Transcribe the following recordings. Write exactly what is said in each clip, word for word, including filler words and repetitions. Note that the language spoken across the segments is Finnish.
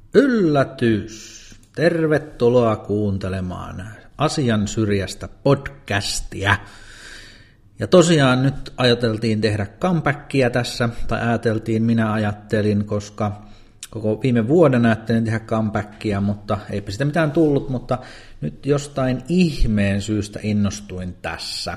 Yllätys! Tervetuloa kuuntelemaan Asian syrjästä podcastia. Ja tosiaan nyt ajateltiin tehdä comebackia tässä, tai ajateltiin, minä ajattelin, koska koko viime vuoden ajattelin tehdä comebackia, mutta eipä sitä mitään tullut, mutta nyt jostain ihmeen syystä innostuin tässä.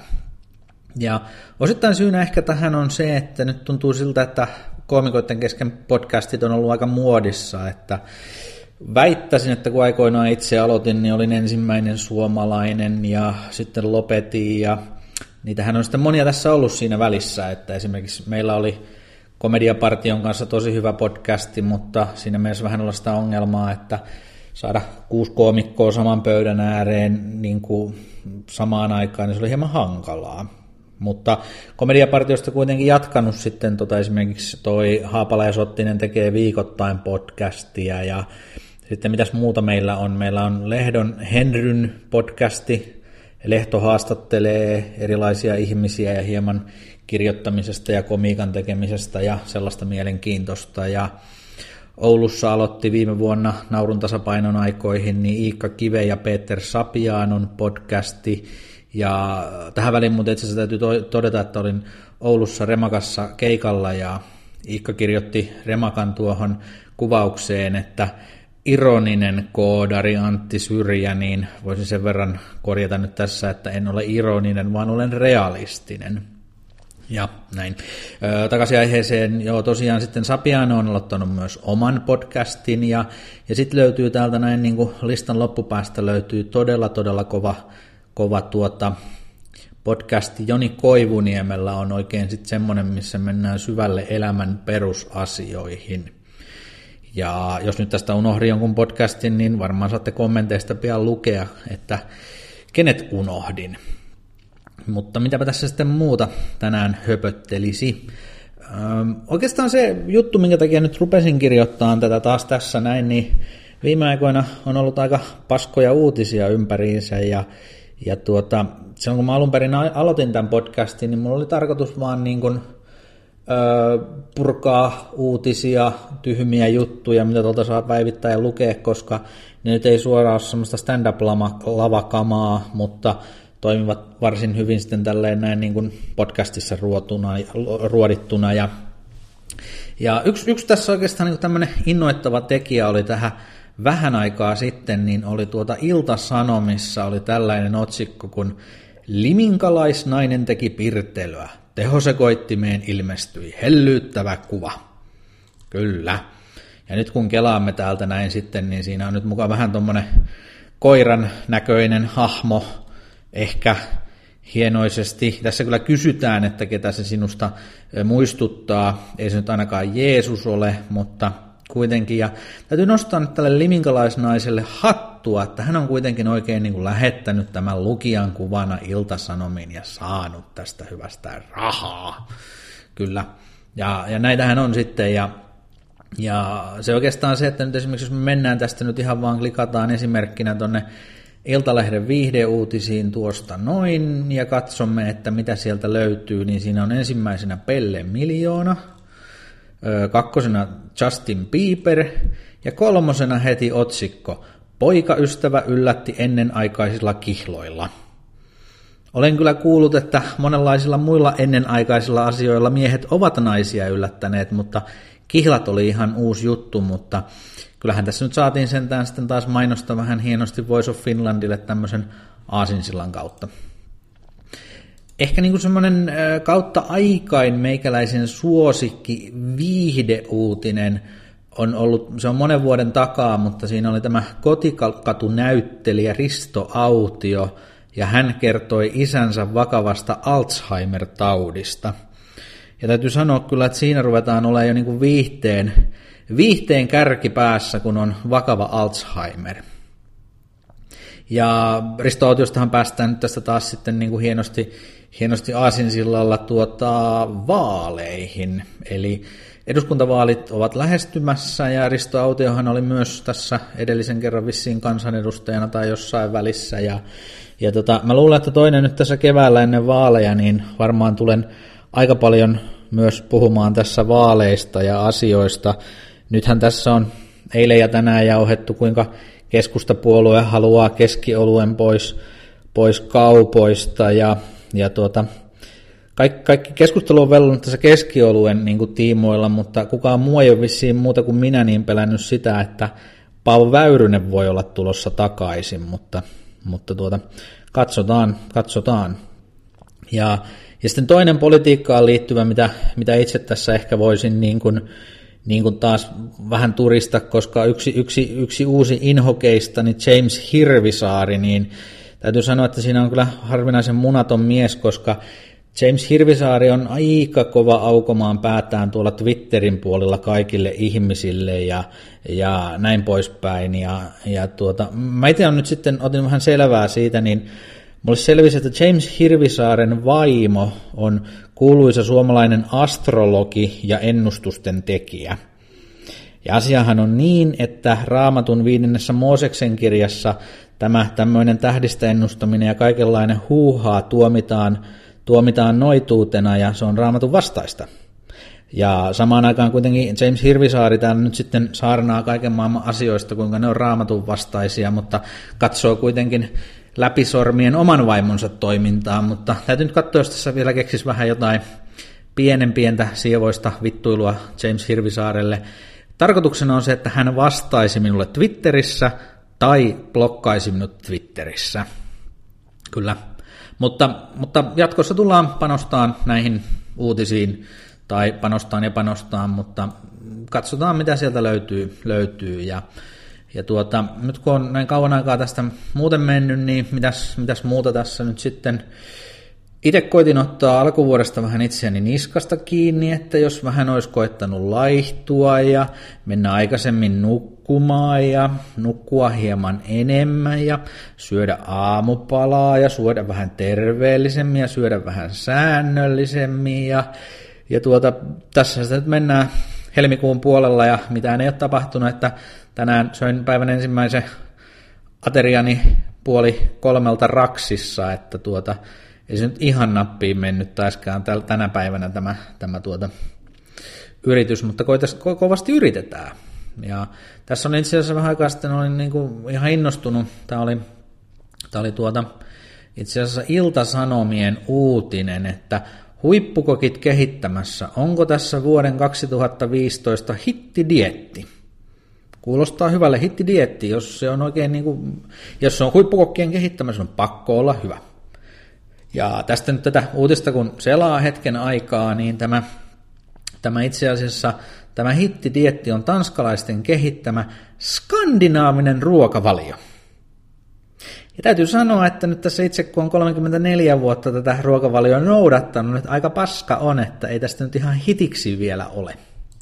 Ja osittain syynä ehkä tähän on se, että nyt tuntuu siltä, että koomikoiden kesken podcastit on ollut aika muodissa, että väittäisin, että kun aikoinaan itse aloitin, niin olin ensimmäinen suomalainen ja sitten lopetin ja niitähän on sitten monia tässä ollut siinä välissä, että esimerkiksi meillä oli Komediapartion kanssa tosi hyvä podcasti, mutta siinä mielessä vähän olla sitä ongelmaa, että saada kuusi koomikkoa saman pöydän ääreen niin kuin samaan aikaan, niin se oli hieman hankalaa. Mutta Komediapartiosta kuitenkin jatkanut sitten tota esimerkiksi toi Haapala ja Sottinen tekee viikoittain podcastia ja sitten mitäs muuta meillä on? Meillä on Lehdon Henryn podcasti. Lehto haastattelee erilaisia ihmisiä ja hieman kirjoittamisesta ja komiikan tekemisestä ja sellaista mielenkiintoista. Ja Oulussa aloitti viime vuonna Naurun tasapainon aikoihin niin Iikka Kive ja Peter Sapiaanon podcasti. Ja tähän väliin muuten itse asiassa täytyy todeta, että olin Oulussa Remakassa keikalla ja Iikka kirjoitti Remakan tuohon kuvaukseen, että ironinen koodari Antti Syrjä, niin voisin sen verran korjata nyt tässä, että en ole ironinen, vaan olen realistinen. Ja näin. Ö, takaisin aiheeseen, joo tosiaan sitten Sapiano on aloittanut myös oman podcastin ja, ja sitten löytyy täältä näin niin kuin listan loppupäästä löytyy todella todella kova, kova tuota podcasti. Joni Koivuniemellä on oikein sitten semmoinen, missä mennään syvälle elämän perusasioihin. Ja jos nyt tästä unohdin jonkun podcastin, niin varmaan saatte kommenteista pian lukea, että kenet unohdin. Mutta mitäpä tässä sitten muuta tänään höpöttelisi. Öö, oikeastaan se juttu, minkä takia nyt rupesin kirjoittamaan tätä taas tässä näin, niin viime aikoina on ollut aika paskoja uutisia ympäriinsä. Ja, ja tuota, silloin kun mä alun perin aloitin tämän podcastin, niin mulla oli tarkoitus vaan niin kuin purkaa uutisia, tyhmiä juttuja, mitä tuolta saa päivittää ja lukea, koska ne nyt ei suoraan ole semmoista stand-up-lavakamaa, mutta toimivat varsin hyvin sitten tälleen näin niin kuin podcastissa ruotuna, ruodittuna. Ja, ja yksi, yksi tässä oikeastaan niin kuin tämmöinen innoittava tekijä oli tähän vähän aikaa sitten, niin oli tuota Ilta-Sanomissa oli tällainen otsikko, kun liminkalaisnainen teki pirtelyä. Tehosekoittimeen ilmestyi hellyyttävä kuva. Kyllä. Ja nyt kun kelaamme täältä näin sitten, niin siinä on nyt mukaan vähän tommonen koiran näköinen hahmo, ehkä hienoisesti. Tässä kyllä kysytään, että ketä se sinusta muistuttaa. Ei se nyt ainakaan Jeesus ole, mutta kuitenkin. Ja täytyy nostaa nyt tälle liminkalaisnaiselle hattua, että hän on kuitenkin oikein niin kuin lähettänyt tämän lukijan kuvana Ilta-Sanomiin ja saanut tästä hyvästä rahaa. Kyllä. Ja, ja näitähän on sitten. Ja, ja se oikeastaan se, että nyt esimerkiksi jos me mennään tästä nyt ihan vaan klikataan esimerkkinä tuonne Iltalehden viihdeuutisiin tuosta noin ja katsomme, että mitä sieltä löytyy, niin siinä on ensimmäisenä Pelle Miljoona. Kakkosena Justin Bieber ja kolmosena heti otsikko Poikaystävä yllätti ennenaikaisilla kihloilla. Olen kyllä kuullut, että monenlaisilla muilla ennenaikaisilla asioilla miehet ovat naisia yllättäneet, mutta kihlat oli ihan uusi juttu, mutta kyllähän tässä nyt saatiin sentään sitten taas mainosta vähän hienosti Voice of Finlandille tämmöisen aasinsillan kautta. Ehkä niin kuin semmoinen kautta aikain meikäläisen suosikki viihdeuutinen on ollut, se on monen vuoden takaa, mutta siinä oli tämä kotikatu-näyttelijä Risto Autio, ja hän kertoi isänsä vakavasta Alzheimer-taudista. Ja täytyy sanoa kyllä, että siinä ruvetaan olemaan jo niin kuin viihteen, viihteen kärki päässä, kun on vakava Alzheimer. Ja Risto Autiostahan päästään nyt tästä taas sitten niin kuin hienosti, hienosti aasinsillalla tuota vaaleihin. Eli eduskuntavaalit ovat lähestymässä ja Risto Autiohan oli myös tässä edellisen kerran vissiin kansanedustajana tai jossain välissä. Ja, ja tota, mä luulen, että toinen nyt tässä keväällä ennen vaaleja, niin varmaan tulen aika paljon myös puhumaan tässä vaaleista ja asioista. Nythän tässä on eilen ja tänään jauhettu, kuinka keskustapuolue haluaa keskioluen pois, pois kaupoista ja, ja tuota, kaikki, kaikki keskustelu on vellunut tässä keskioluen niin kuin tiimoilla, mutta kukaan muu ei ole vissiin muuta kuin minä niin pelännyt sitä, että Paavo Väyrynen voi olla tulossa takaisin, mutta, mutta tuota, katsotaan, katsotaan. Ja, ja sitten toinen politiikkaan liittyvä, mitä, mitä itse tässä ehkä voisin niin kuin, niin kuin taas vähän turista, koska yksi, yksi, yksi uusi inhokeista, niin James Hirvisaari, niin täytyy sanoa, että siinä on kyllä harvinaisen munaton mies, koska James Hirvisaari on aika kova aukomaan päätään tuolla Twitterin puolella kaikille ihmisille ja, ja näin poispäin. Ja, ja tuota, mä itse on nyt sitten, otin vähän selvää siitä, niin mulle selvisi, että James Hirvisaaren vaimo on kuuluisa suomalainen astrologi ja ennustusten tekijä. Ja asiahan on niin, että Raamatun viidennessä Mooseksen kirjassa tämä tämmöinen tähdistä ennustaminen ja kaikenlainen huuhaa tuomitaan, tuomitaan noituutena ja se on Raamatun vastaista. Ja samaan aikaan kuitenkin James Hirvisaari täällä nyt sitten saarnaa kaiken maailman asioista, kuinka ne on Raamatun vastaisia, mutta katsoo kuitenkin läpisormien oman vaimonsa toimintaa, mutta täytyy nyt katsoa, jos tässä vielä keksisi vähän jotain pienen pientä sievoista vittuilua James Hirvisaarelle. Tarkoituksena on se, että hän vastaisi minulle Twitterissä tai blokkaisi minut Twitterissä. Kyllä, mutta, mutta jatkossa tullaan panostaan näihin uutisiin, tai panostaan ja panostaan, mutta katsotaan mitä sieltä löytyy, löytyy ja Ja tuota, nyt kun on näin kauan aikaa tästä muuten mennyt, niin mitäs, mitäs muuta tässä nyt sitten? Itse koitin ottaa alkuvuodesta vähän itseäni niskasta kiinni, että jos vähän olisi koettanut laihtua ja mennä aikaisemmin nukkumaan ja nukkua hieman enemmän ja syödä aamupalaa ja syödä vähän terveellisemmin ja syödä vähän säännöllisemmin. Ja, ja tuota, tässä sitä nyt mennään helmikuun puolella ja mitään ei ole tapahtunut, että tänään söin päivän ensimmäisen ateriani puoli kolmelta raksissa, että tuota, ei se nyt ihan nappiin mennyt taiskaan tänä päivänä tämä, tämä tuota, yritys, mutta koitas, ko- kovasti yritetään. Ja tässä on itse asiassa vähän aikaa sitten olin niin kuin ihan innostunut. Tämä oli, tämä oli tuota, itse asiassa Ilta-Sanomien uutinen, että huippukokit kehittämässä. Onko tässä vuoden kaksituhattaviisitoista hittidietti? Kuulostaa hyvälle hittidietti, jos se on oikein niin kuin, jos se on huippukokkien kehittämässä, on pakko olla hyvä. Ja tästä nyt tätä uutista, kun selaa hetken aikaa, niin tämä, tämä itse asiassa, tämä hittidietti on tanskalaisten kehittämä skandinaavinen ruokavalio. Ja täytyy sanoa, että nyt tässä itse kun on kolmekymmentäneljä vuotta tätä ruokavalioa noudattanut, nyt aika paska on, että ei tästä nyt ihan hitiksi vielä ole.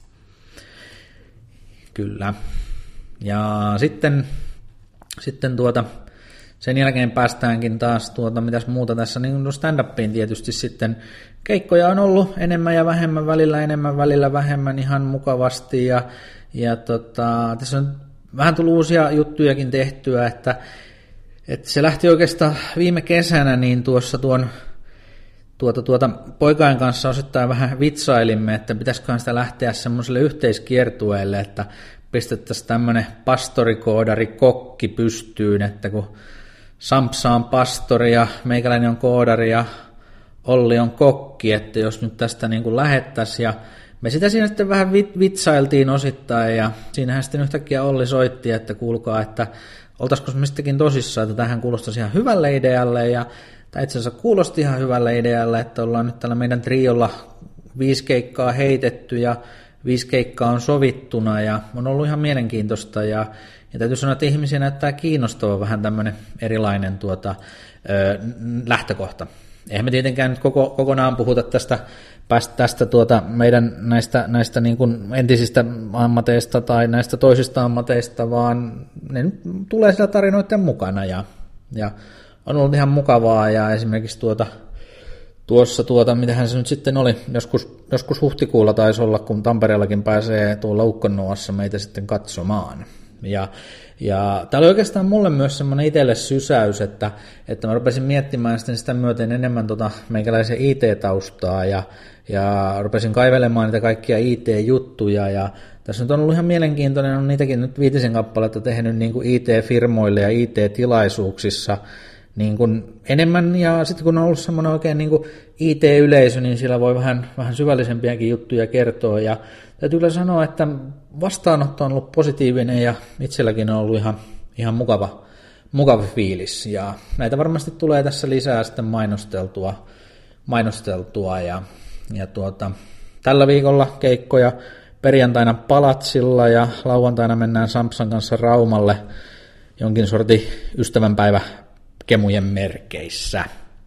Kyllä. Ja sitten, sitten tuota, sen jälkeen päästäänkin taas tuota, mitäs muuta tässä, niin stand-upiin tietysti sitten keikkoja on ollut enemmän ja vähemmän välillä, enemmän välillä vähemmän ihan mukavasti ja, ja tota, tässä on vähän tullut uusia juttujakin tehtyä, että, että se lähti oikeastaan viime kesänä, niin tuossa tuon tuota, tuota, poikain kanssa osittain vähän vitsailimme, että pitäisiköhän sitä lähteä semmoiselle yhteiskiertueelle, että pistettäisiin tämmöinen pastorikoodari kokki pystyyn, että kun Sampsa on pastori ja meikäläinen on koodari ja Olli on kokki, että jos nyt tästä niin kuin lähettäisiin ja me sitä siinä sitten vähän vitsailtiin osittain ja siinähän sitten yhtäkkiä Olli soitti, että kuulkaa, että oltaisiko mistäkin tosissaan, että tähän kuulostaisi ihan hyvälle idealle ja tämä itse asiassa kuulosti ihan hyvälle idealle, että ollaan nyt tällä meidän triolla viisi keikkaa heitetty ja viisi keikkaa on sovittuna ja on ollut ihan mielenkiintoista ja, ja täytyy sanoa, että ihmisiä näyttää kiinnostava vähän tämmöinen erilainen tuota, ö, lähtökohta. Eihän me tietenkään nyt koko, kokonaan puhuta tästä, tästä tuota meidän näistä, näistä niin kuin entisistä ammateista tai näistä toisista ammateista, vaan ne nyt tulee siellä tarinoiden mukana ja, ja on ollut ihan mukavaa ja esimerkiksi tuota, tuossa, tuota, mitähän se nyt sitten oli, joskus, joskus huhtikuulla taisi olla, kun Tampereellakin pääsee tuolla Ukkonuossa meitä sitten katsomaan. Ja, ja tämä oli oikeastaan mulle myös semmoinen itselle sysäys, että, että mä rupesin miettimään sitten sitä myöten enemmän tota meikäläisen I T-taustaa ja, ja rupesin kaivelemaan niitä kaikkia I T-juttuja ja tässä nyt on ollut ihan mielenkiintoinen, on niitäkin nyt viitisen kappaletta tehnyt niin kuin I T-firmoille ja I T-tilaisuuksissa niin kuin enemmän, ja sitten kun on ollut semmoinen oikein niin kuin I T-yleisö, niin siellä voi vähän, vähän syvällisempiäkin juttuja kertoa, ja täytyy kyllä sanoa, että vastaanotto on ollut positiivinen, ja itselläkin on ollut ihan, ihan mukava, mukava fiilis, ja näitä varmasti tulee tässä lisää sitten mainosteltua, mainosteltua ja, ja tuota, tällä viikolla keikkoja perjantaina Palatsilla ja lauantaina mennään Sampsan kanssa Raumalle jonkin sortin ystävänpäivä kemujen merkeissä.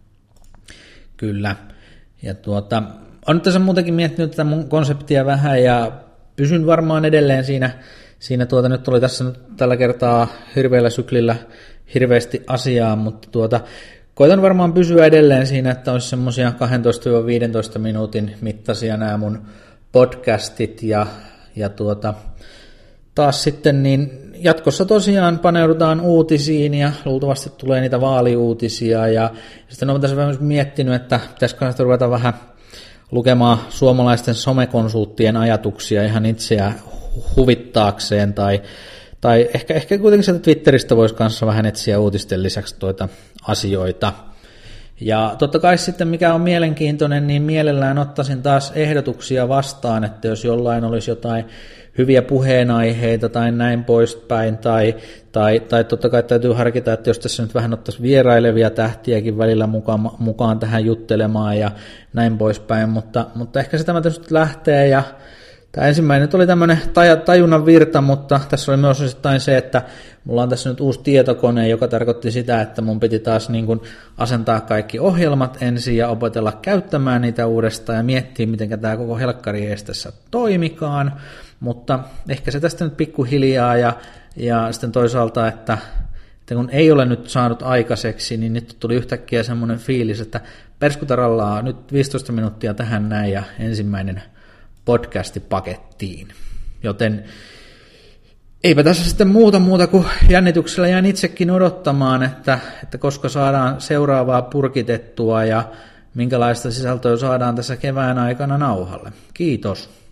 Kyllä. Ja tuota, on tässä muutenkin miettinyt tätä mun konseptia vähän ja pysyn varmaan edelleen siinä, siinä tuota, nyt oli tässä nyt tällä kertaa hirveällä syklillä hirveästi asiaa, mutta tuota, koitan varmaan pysyä edelleen siinä, että olisi semmoisia kaksitoista viisitoista minuutin mittaisia nämä mun podcastit ja, ja tuota, taas sitten niin jatkossa tosiaan paneudutaan uutisiin ja luultavasti tulee niitä vaaliuutisia ja sitten olen tässä vähän miettinyt, että pitäisikö ruveta vähän lukemaan suomalaisten somekonsulttien ajatuksia ihan itseä huvittaakseen tai, tai ehkä, ehkä kuitenkin sieltä Twitteristä voisi kanssa vähän etsiä uutisten lisäksi tuota asioita. Ja totta kai sitten mikä on mielenkiintoinen, niin mielellään ottaisin taas ehdotuksia vastaan, että jos jollain olisi jotain hyviä puheenaiheita tai näin poispäin, tai, tai, tai totta kai täytyy harkita, että jos tässä nyt vähän ottaisi vierailevia tähtiäkin välillä mukaan, mukaan tähän juttelemaan ja näin poispäin, mutta, mutta ehkä se tämä tietysti lähtee ja tämä ensimmäinen nyt oli tämmöinen tajunnan virta, mutta tässä oli myös osittain se, että mulla on tässä nyt uusi tietokone, joka tarkoitti sitä, että mun piti taas niin kuin asentaa kaikki ohjelmat ensin ja opetella käyttämään niitä uudestaan ja miettiä, miten tämä koko helkkari edes tässä toimikaan, mutta ehkä se tästä nyt pikkuhiljaa ja, ja sitten toisaalta, että, että kun ei ole nyt saanut aikaiseksi, niin nyt tuli yhtäkkiä semmoinen fiilis, että perskutarallaa nyt viisitoista minuuttia tähän näin ja ensimmäinen podcasti pakettiin, joten eipä tässä sitten muuta muuta kuin jännityksellä jään itsekin odottamaan, että, että koska saadaan seuraavaa purkitettua ja minkälaista sisältöä saadaan tässä kevään aikana nauhalle. Kiitos.